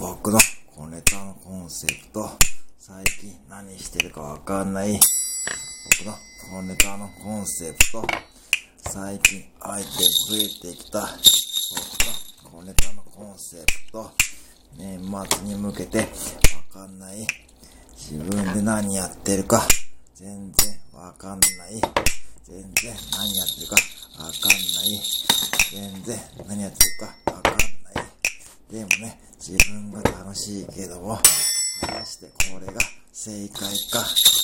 僕の小ネタのコンセプト、最近何してるかわかんない。僕の小ネタのコンセプト、最近アイテム増えてきた。僕の小ネタのコンセプト、年末に向けてわかんない。自分で何やってるか全然わかんない。全然何やってるかわかんない。全然何やってるかわかんない。でもね、自分が楽しいけども、果たしてこれが正解か。